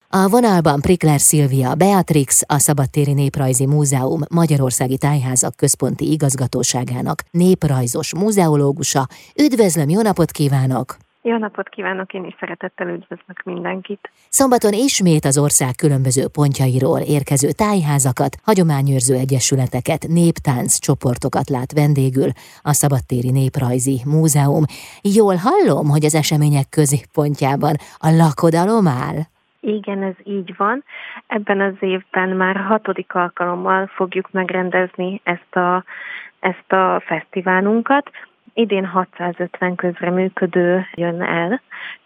A vonalban Prikler Szilvia Beatrix, a Szabadtéri Néprajzi Múzeum Magyarországi Tájházak Központi Igazgatóságának néprajzos múzeológusa. Üdvözlöm, jó napot kívánok! Jó napot kívánok, én is szeretettel üdvözlök mindenkit. Szombaton ismét az ország különböző pontjairól érkező tájházakat, hagyományőrző egyesületeket, néptánc csoportokat lát vendégül a Szabadtéri Néprajzi Múzeum. Jól hallom, hogy az események középpontjában a lakodalom áll? Igen, ez így van. Ebben az évben már 6. alkalommal fogjuk megrendezni ezt a fesztiválunkat. Idén 650 közreműködő jön el,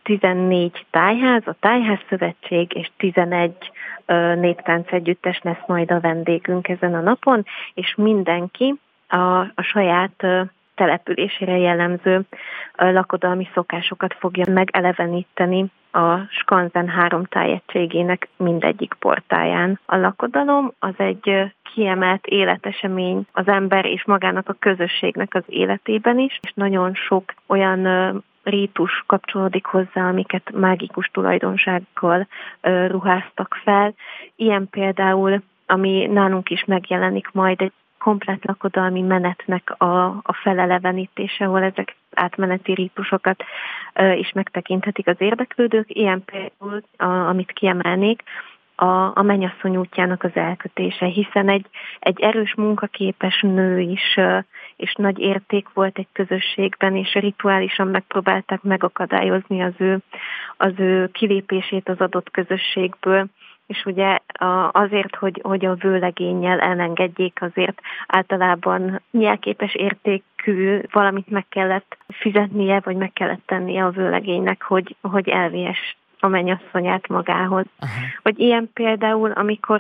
14 tájház, a Tájházszövetség és 11 néptánc együttes lesz majd a vendégünk ezen a napon, és mindenki a saját településére jellemző lakodalmi szokásokat fogja megeleveníteni a Skanzen 3 tájegységének mindegyik portáján. A lakodalom az egy kiemelt életesemény az ember és magának a közösségnek az életében is, és nagyon sok olyan rítus kapcsolódik hozzá, amiket mágikus tulajdonsággal ruháztak fel. Ilyen például, ami nálunk is megjelenik majd, egy komplett lakodalmi menetnek a felelevenítése, ahol ezek átmeneti rítusokat is megtekinthetik az érdeklődők. Ilyen például, amit kiemelnék, a mennyasszony útjának az elkötése, hiszen egy erős munkaképes nő is, és nagy érték volt egy közösségben, és rituálisan megpróbálták megakadályozni az ő kilépését az adott közösségből, és ugye azért, hogy a vőlegénnyel elengedjék, azért általában jelképes értékű valamit meg kellett fizetnie, vagy meg kellett tennie a vőlegénynek, hogy elvihess a mennyasszonyát magához. Aha. Vagy ilyen például,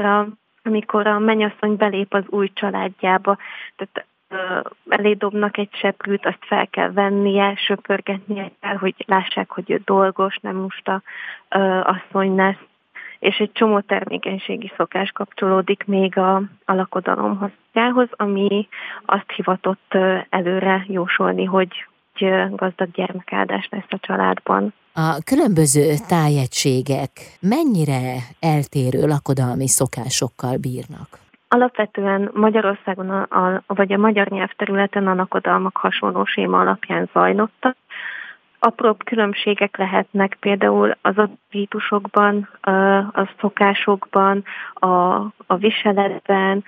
amikor a mennyasszony belép az új családjába, tehát elé dobnak egy seprűt, azt fel kell vennie, söpörgetnie kell, hogy lássák, hogy ő dolgos, nem musta asszony lesz, és egy csomó termékenységi szokás kapcsolódik még a lakodalomhoz, ami azt hivatott előre jósolni, hogy gazdag gyermekáldás lesz a családban. A különböző tájegységek mennyire eltérő lakodalmi szokásokkal bírnak? Alapvetően Magyarországon, vagy a magyar nyelvterületen a lakodalmak hasonló séma alapján zajlottak. Apróbb különbségek lehetnek például az rítusokban, a szokásokban, a viseletben,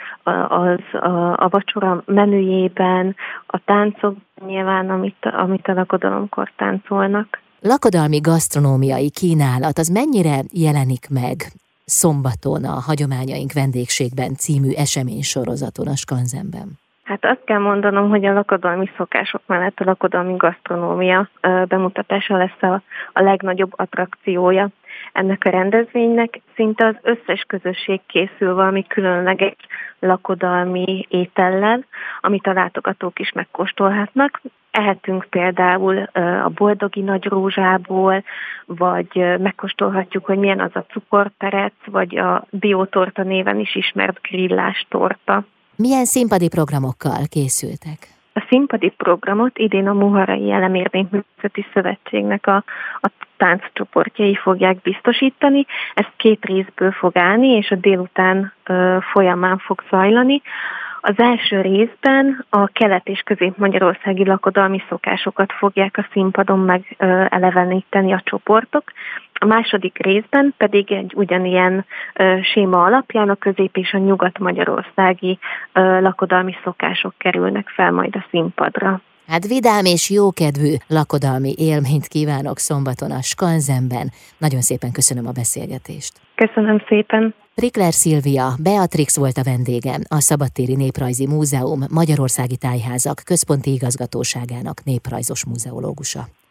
a vacsora menüjében, a táncokban nyilván, amit a lakodalomkor táncolnak. Lakodalmi gasztronómiai kínálat az mennyire jelenik meg szombaton a Hagyományaink vendégségben című eseménysorozaton a Skanzenben? Hát azt kell mondanom, hogy a lakodalmi szokások mellett a lakodalmi gasztronómia bemutatása lesz a legnagyobb attrakciója ennek a rendezvénynek. Szinte az összes közösség készül valami különleges lakodalmi étellel, amit a látogatók is megkóstolhatnak. Ehetünk például a boldogi nagy rózsából, vagy megkóstolhatjuk, hogy milyen az a cukorperec, vagy a diótorta néven is ismert grillás torta. Milyen színpadi programokkal készültek? A színpadi programot idén a Muharai Elemérvényművészeti Szövetségnek a tánccsoportjai fogják biztosítani. Ez 2 részből fog állni, és a délután folyamán fog zajlani. Az első részben a kelet- és közép-magyarországi lakodalmi szokásokat fogják a színpadon megeleveníteni a csoportok. A második részben pedig egy ugyanilyen séma alapján a közép- és a nyugat-magyarországi lakodalmi szokások kerülnek fel majd a színpadra. Hát vidám és jókedvű lakodalmi élményt kívánok szombaton a Skanzenben. Nagyon szépen köszönöm a beszélgetést. Köszönöm szépen. Prikler Szilvia Beatrix volt a vendégem, a Szabadtéri Néprajzi Múzeum Magyarországi Tájházak Központi Igazgatóságának néprajzos múzeológusa.